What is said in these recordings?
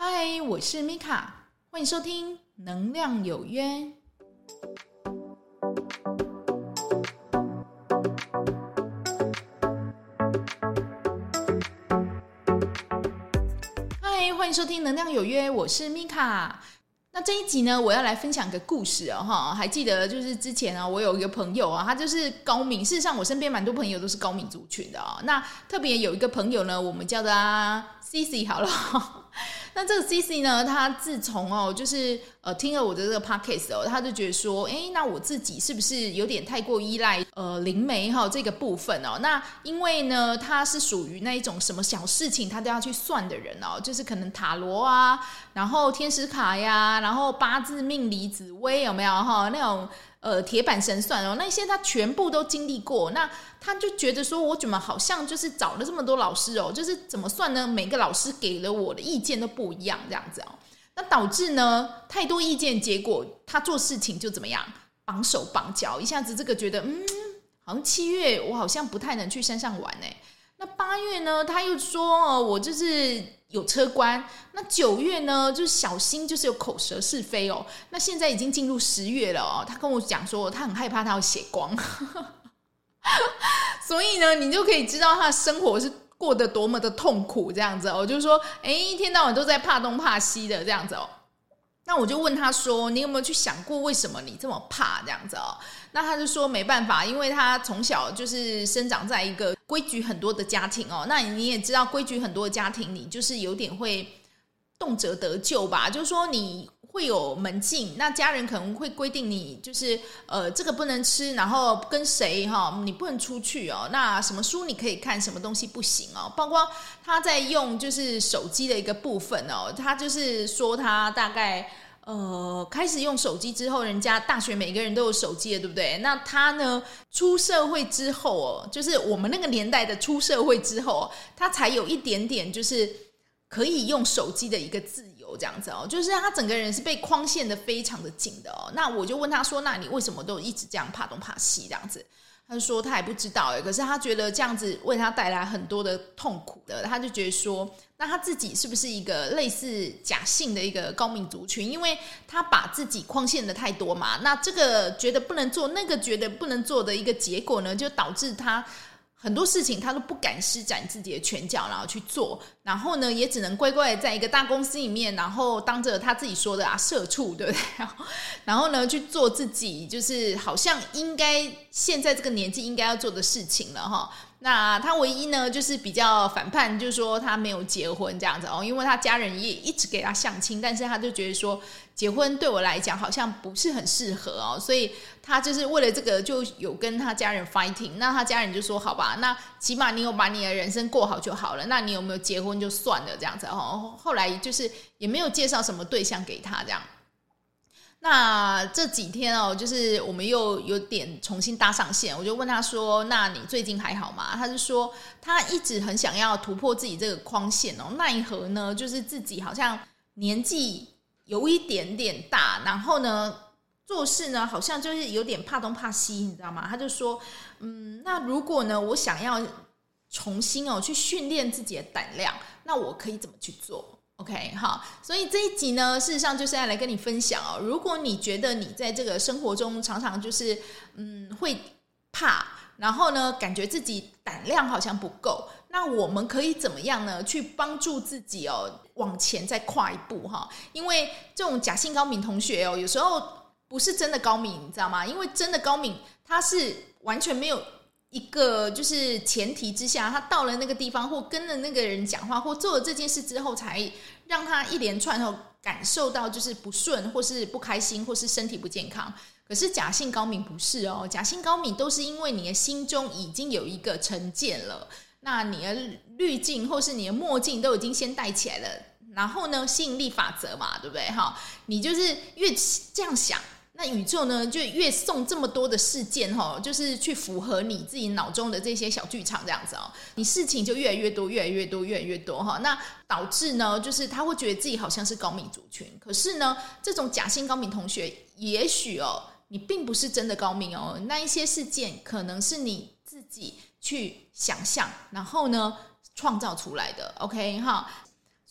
嗨，我是米卡，欢迎收听能量有约。嗨，欢迎收听能量有约，我是米卡。那这一集呢，我要来分享个故事哦，还记得就是之前啊，我有一个朋友啊，他就是高敏，事实上我身边蛮多朋友都是高敏族群的哦。那特别有一个朋友呢，我们叫他 CC 好了。那这个 CC 呢，他自从就是听了我的这个 podcast 他就觉得说，那我自己是不是有点太过依赖灵媒这个部分哦？那因为呢，他是属于那一种什么小事情他都要去算的人哦，就是可能塔罗啊，然后天使卡呀，然后八字命理紫微有没有那种铁板神算那些他全部都经历过。那他就觉得说，我怎么好像就是找了这么多老师就是怎么算呢？每个老师给了我的意见都不一样这样子那导致呢太多意见，结果他做事情就怎么样绑手绑脚，一下子这个觉得好像7月我好像不太能去山上玩那8月呢他又说我就是有车关，那9月呢就是小心就是有口舌是非那现在已经进入10月了他跟我讲说他很害怕他要血光所以呢你就可以知道他的生活是过得多么的痛苦这样子就是说一天到晚都在怕东怕西的这样子那我就问他说，你有没有去想过为什么你这么怕这样子那他就说没办法，因为他从小就是生长在一个规矩很多的家庭那你也知道规矩很多的家庭，你就是有点会动辄得咎吧，就是说你会有门禁，那家人可能会规定你就是这个不能吃，然后跟谁你不能出去那什么书你可以看，什么东西不行包括他在用就是手机的一个部分他就是说他大概开始用手机之后，人家大学每个人都有手机了，对不对？那他呢出社会之后就是我们那个年代的出社会之后他才有一点点就是可以用手机的一个自由这样子就是他整个人是被框限的非常的紧的那我就问他说，那你为什么都一直这样怕东怕西这样子？他就说他也不知道可是他觉得这样子为他带来很多的痛苦的，他就觉得说那他自己是不是一个类似假性的一个高敏族群，因为他把自己框限的太多嘛，那这个觉得不能做，那个觉得不能做的一个结果呢，就导致他很多事情他都不敢施展自己的拳脚然后去做，然后呢也只能乖乖在一个大公司里面，然后当着他自己说的社畜对不对然后呢去做自己就是好像应该现在这个年纪应该要做的事情了那他唯一呢就是比较反叛，就是说他没有结婚这样子因为他家人也一直给他相亲，但是他就觉得说结婚对我来讲好像不是很适合所以他就是为了这个就有跟他家人 fighting， 那他家人就说好吧，那起码你有把你的人生过好就好了，那你有没有结婚就算了这样子后来就是也没有介绍什么对象给他这样。那这几天就是我们又有点重新搭上线，我就问他说那你最近还好吗？他就说他一直很想要突破自己这个框线奈何呢就是自己好像年纪有一点点大，然后呢做事呢好像就是有点怕东怕西你知道吗？他就说那如果呢我想要重新去训练自己的胆量，那我可以怎么去做？OK 好，所以这一集呢事实上就是要来跟你分享如果你觉得你在这个生活中常常就是会怕，然后呢感觉自己胆量好像不够，那我们可以怎么样呢去帮助自己往前再跨一步因为这种假性高敏同学有时候不是真的高敏你知道吗？因为真的高敏他是完全没有一个就是前提之下，他到了那个地方或跟了那个人讲话或做了这件事之后，才让他一连串感受到就是不顺或是不开心或是身体不健康。可是假性高敏不是假性高敏都是因为你的心中已经有一个成见了，那你的滤镜或是你的墨镜都已经先戴起来了，然后呢吸引力法则嘛对不对你就是越这样想，那宇宙呢就越送这么多的事件就是去符合你自己脑中的这些小剧场这样子你事情就越来越多越来越多越来越多那导致呢就是他会觉得自己好像是高敏族群，可是呢这种假性高敏同学也许你并不是真的高敏那一些事件可能是你自己去想象然后呢创造出来的 OK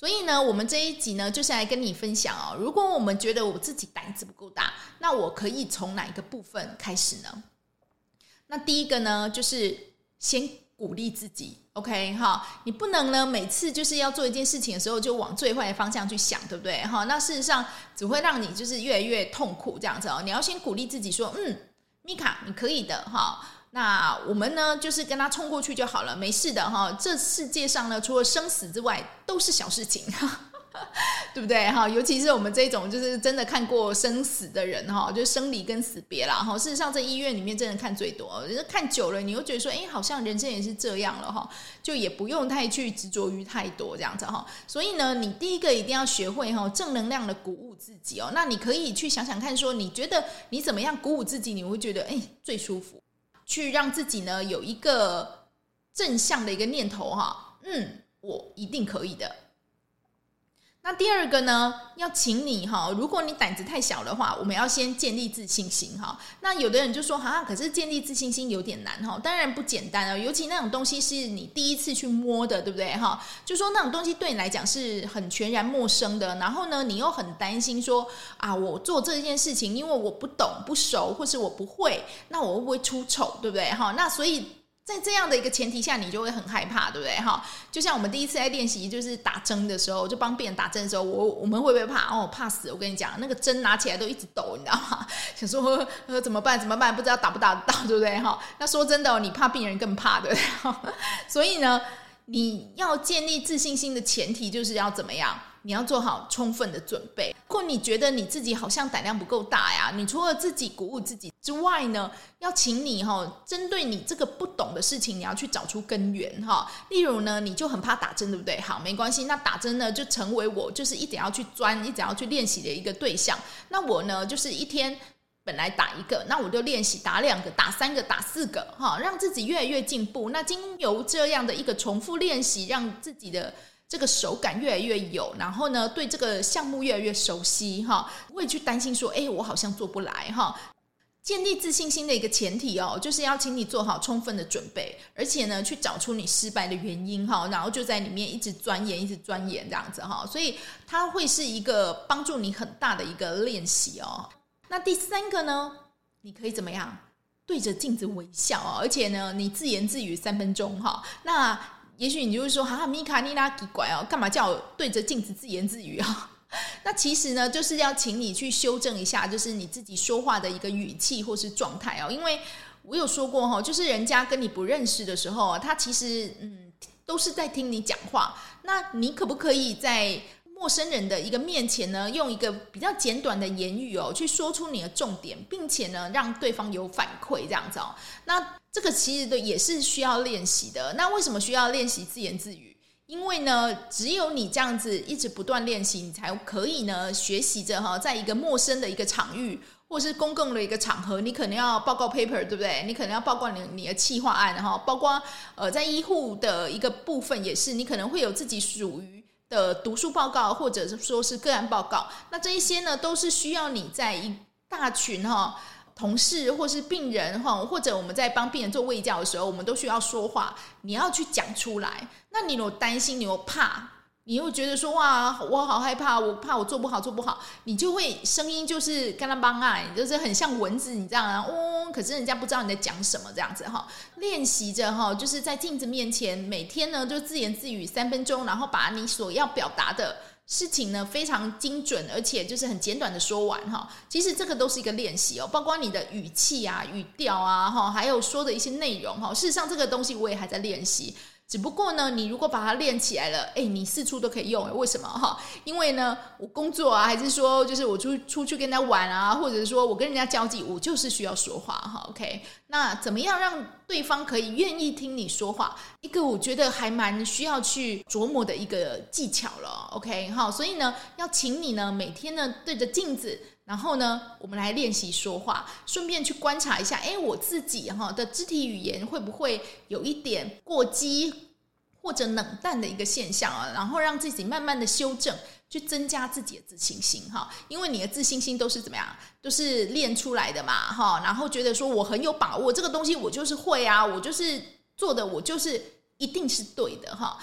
所以呢，我们这一集呢，就是来跟你分享哦。如果我们觉得我自己胆子不够大，那我可以从哪一个部分开始呢？那第一个呢，就是先鼓励自己 ，OK 哈，你不能呢每次就是要做一件事情的时候就往最坏的方向去想，对不对？哈，那事实上只会让你就是越来越痛苦这样子哦。你要先鼓励自己说，米卡，你可以的哈。那我们呢，就是跟他冲过去就好了，没事的哈。这世界上呢，除了生死之外，都是小事情，对不对哈？尤其是我们这种就是真的看过生死的人哈，就是生离跟死别啦哈。事实上，在医院里面真的看最多，看久了，你又觉得说，好像人生也是这样了哈，就也不用太去执着于太多这样子哈。所以呢，你第一个一定要学会哈，正能量的鼓舞自己哦。那你可以去想想看，说你觉得你怎么样鼓舞自己，你会觉得最舒服。去让自己呢有一个正向的一个念头哈，我一定可以的。那第二个呢，要请你哈，如果你胆子太小的话，我们要先建立自信心哈。那有的人就说可是建立自信心有点难哈，当然不简单哦，尤其那种东西是你第一次去摸的，对不对哈？就说那种东西对你来讲是很全然陌生的，然后呢，你又很担心说我做这件事情，因为我不懂不熟，或是我不会，那我会不会出丑，对不对哈？那所以在这样的一个前提下，你就会很害怕，对不对哈？就像我们第一次在练习就是打针的时候，就帮病人打针的时候，我们会不会怕？怕死！我跟你讲，那个针拿起来都一直抖，你知道吗？想说怎么办？不知道打不打得到，对不对哈？那说真的你怕病人更怕，对不对？所以呢，你要建立自信心的前提就是要怎么样？你要做好充分的准备。如果你觉得你自己好像胆量不够大呀，你除了自己鼓舞自己之外呢，要请你针对你这个不懂的事情，你要去找出根源哈。例如呢，你就很怕打针，对不对？好，没关系，那打针呢就成为我就是一直要去钻、一直要去练习的一个对象。那我呢，就是一天本来打一个，那我就练习打2个、打3个、打4个哈，让自己越来越进步。那经由这样的一个重复练习，让自己的这个手感越来越有，然后呢，对这个项目越来越熟悉哈，不会去担心说，我好像做不来哈。建立自信心的一个前提就是要请你做好充分的准备，而且呢，去找出你失败的原因哈，然后就在里面一直钻研这样子哈，所以它会是一个帮助你很大的一个练习哦。那第3个呢，你可以怎么样？对着镜子微笑而且呢，你自言自语3分钟哈。那也许你就会说米卡你拉奇怪干嘛叫我对着镜子自言自语那其实呢，就是要请你去修正一下，就是你自己说话的一个语气或是状态因为我有说过就是人家跟你不认识的时候他其实都是在听你讲话。那你可不可以在陌生人的一个面前呢，用一个比较简短的言语去说出你的重点，并且呢让对方有反馈这样子那这个其实也是需要练习的。那为什么需要练习自言自语？因为呢，只有你这样子一直不断练习，你才可以呢学习着在一个陌生的一个场域或是公共的一个场合，你可能要报告 paper， 对不对？你可能要报告你的企划案包括在医护的一个部分也是，你可能会有自己属于的读书报告或者说是个案报告。那这一些呢，都是需要你在一大群同事或是病人或者我们在帮病人做卫教的时候，我们都需要说话，你要去讲出来。那你有担心，你有怕，你又觉得说哇我好害怕，我怕我做不好，你就会声音就是跟他帮就是很像蚊子，你这样可是人家不知道你在讲什么这样子练习着就是在镜子面前每天呢就自言自语3分钟，然后把你所要表达的事情呢非常精准，而且就是很简短的说完其实这个都是一个练习包括你的语气语调还有说的一些内容事实上这个东西我也还在练习。只不过呢，你如果把它练起来了，你四处都可以用。为什么因为呢，我工作还是说就是我出去跟人家玩或者说我跟人家交际，我就是需要说话OK， 那怎么样让对方可以愿意听你说话，一个我觉得还蛮需要去琢磨的一个技巧了 OK 所以呢，要请你呢每天呢对着镜子，然后呢我们来练习说话，顺便去观察一下我自己的肢体语言会不会有一点过激或者冷淡的一个现象然后让自己慢慢的修正，去增加自己的自信心因为你的自信心都是怎么样，都是练出来的嘛然后觉得说我很有把握，这个东西我就是会我就是做的，我就是一定是对的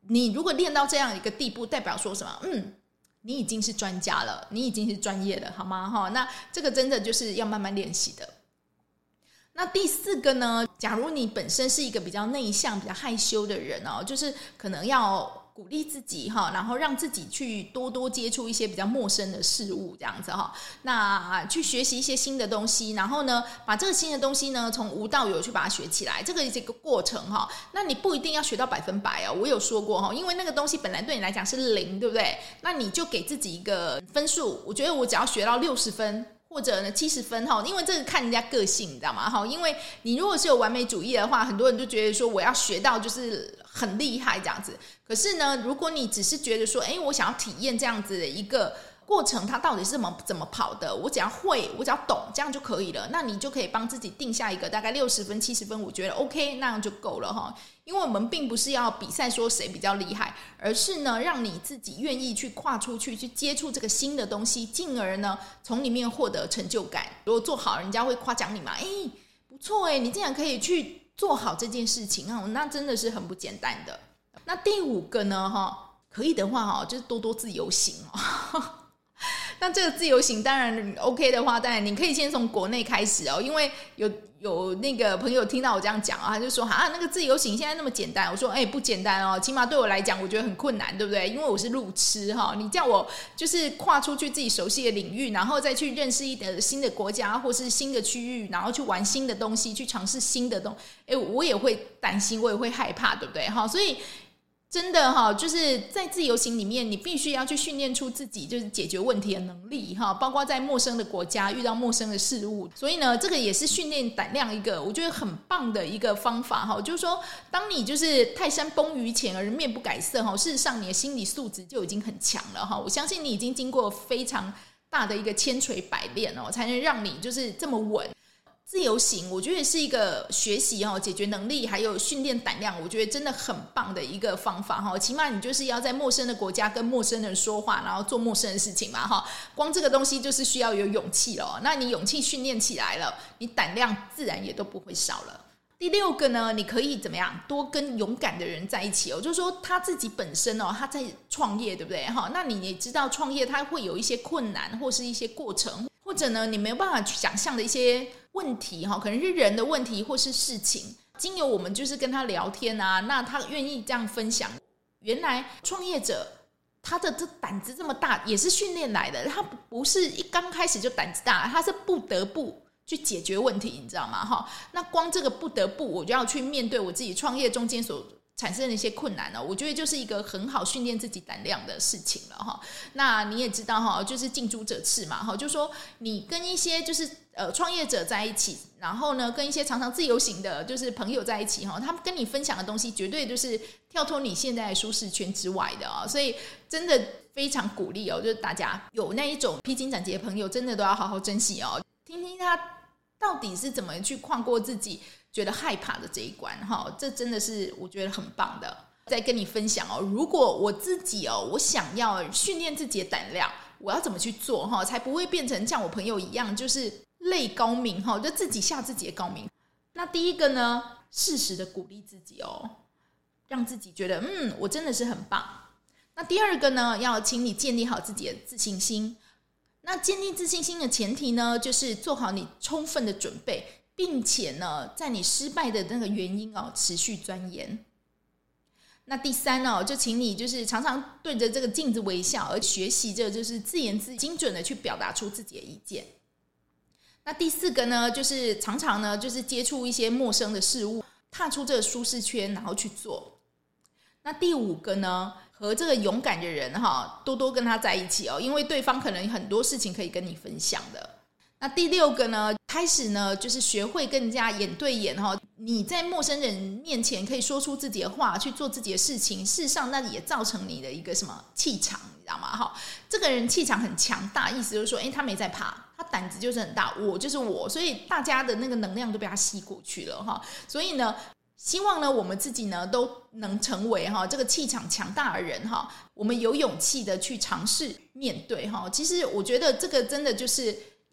你如果练到这样一个地步，代表说什么？你已经是专家了，你已经是专业了，好吗？那这个真的就是要慢慢练习的。那第4个呢，假如你本身是一个比较内向比较害羞的人就是可能要鼓励自己然后让自己去多多接触一些比较陌生的事物，这样子那去学习一些新的东西，然后呢把这个新的东西呢从无到有去把它学起来，这个是一个过程那你不一定要学到100%我有说过因为那个东西本来对你来讲是0，对不对？那你就给自己一个分数，我觉得我只要学到60分或者呢70分因为这个看人家个性，你知道吗？因为你如果是有完美主义的话，很多人就觉得说我要学到就是很厉害这样子。可是呢，如果你只是觉得说我想要体验这样子的一个过程，它到底是怎么跑的，我只要会，我只要懂，这样就可以了。那你就可以帮自己定下一个大概60分70分，我觉得 OK， 那样就够了因为我们并不是要比赛说谁比较厉害，而是呢让你自己愿意去跨出去，去接触这个新的东西，进而呢从里面获得成就感。如果做好，人家会夸奖你嘛，不错你竟然可以去做好这件事情那真的是很不简单的。那第5个呢可以的话就是多多自由行那这个自由行当然 OK 的话，当然你可以先从国内开始因为有那个朋友听到我这样讲他就说那个自由行现在那么简单，我说不简单起码对我来讲我觉得很困难，对不对？因为我是路痴你叫我就是跨出去自己熟悉的领域，然后再去认识一个新的国家或是新的区域，然后去玩新的东西，去尝试新的东西我也会担心，我也会害怕，对不对所以真的就是在自由行里面，你必须要去训练出自己就是解决问题的能力包括在陌生的国家遇到陌生的事物。所以呢，这个也是训练胆量一个我觉得很棒的一个方法就是说，当你就是泰山崩于前而面不改色事实上你的心理素质就已经很强了我相信你已经经过非常大的一个千锤百炼才能让你就是这么稳。自由行我觉得是一个学习解决能力还有训练胆量，我觉得真的很棒的一个方法起码你就是要在陌生的国家跟陌生人说话，然后做陌生的事情嘛光这个东西就是需要有勇气了那你勇气训练起来了，你胆量自然也都不会少了。第6个呢，你可以怎么样多跟勇敢的人在一起就是说他自己本身他在创业，对不对那你也知道创业他会有一些困难或是一些过程，或者呢你没有办法去想象的一些问题可能是人的问题或是事情，经由我们就是跟他聊天那他愿意这样分享。原来创业者他的这胆子这么大也是训练来的，他不是一刚开始就胆子大，他是不得不去解决问题，你知道吗那光这个不得不我就要去面对我自己创业中间所产生的一些困难我觉得就是一个很好训练自己胆量的事情了那你也知道就是近朱者赤嘛就是说你跟一些就是创业者在一起，然后呢跟一些常常自由行的就是朋友在一起他们跟你分享的东西绝对就是跳脱你现在的舒适圈之外的所以真的非常鼓励就是大家有那一种披荆斩棘的朋友真的都要好好珍惜听听他到底是怎么去跨过自己觉得害怕的这一关这真的是我觉得很棒的。再跟你分享如果我自己我想要训练自己的胆量，我要怎么去做才不会变成像我朋友一样就是类高明就自己吓自己的高明。那第1个呢，适时的鼓励自己让自己觉得我真的是很棒。那第2个呢，要请你建立好自己的自信心。那建立自信心的前提呢，就是做好你充分的准备，并且呢在你失败的那个原因持续钻研。那第3就请你就是常常对着这个镜子微笑，而学习着就是自言自语精准的去表达出自己的意见。那第4个呢，就是常常呢就是接触一些陌生的事物，踏出这个舒适圈，然后去做。那第5个呢，和这个勇敢的人多多跟他在一起因为对方可能很多事情可以跟你分享的。那第6个呢，开始呢就是学会跟人家眼对眼你在陌生人面前可以说出自己的话，去做自己的事情，事实上那也造成你的一个什么气场，你知道吗这个人气场很强大，意思就是说他没在怕，他胆子就是很大，我就是我，所以大家的那个能量都被他吸过去了所以呢希望呢我们自己呢都能成为这个气场强大的人我们有勇气的去尝试面对其实我觉得这个真的就是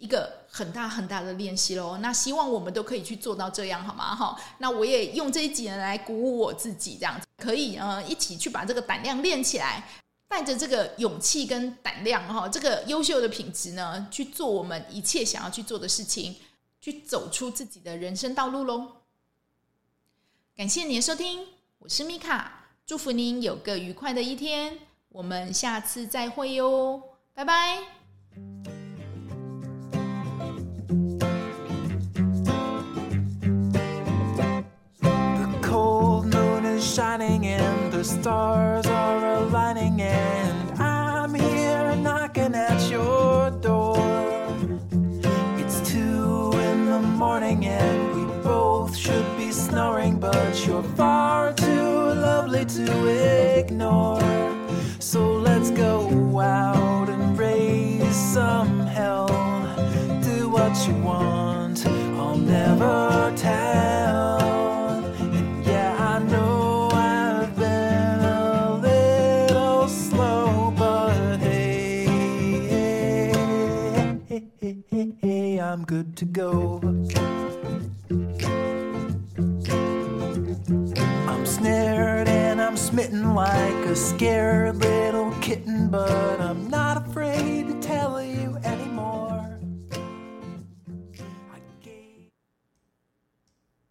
一个很大很大的练习咯。那希望我们都可以去做到这样，好吗？那我也用这一集来鼓舞我自己，这样子可以一起去把这个胆量练起来，带着这个勇气跟胆量这个优秀的品质呢，去做我们一切想要去做的事情，去走出自己的人生道路咯。感谢你的收听，我是米卡，祝福您有个愉快的一天，我们下次再会哟，拜拜。 Shining and the stars are aligning, and I'm here knocking at your door. It's 2 in the morning and we both should be snoring, but you're far too lovely to ignore. So let's go out and raise some hell. Do what you want, I'll never tell. And yeah, I know I'm good to go. I'm snared and I'm smitten like a scared little kitten, but I'm not afraid to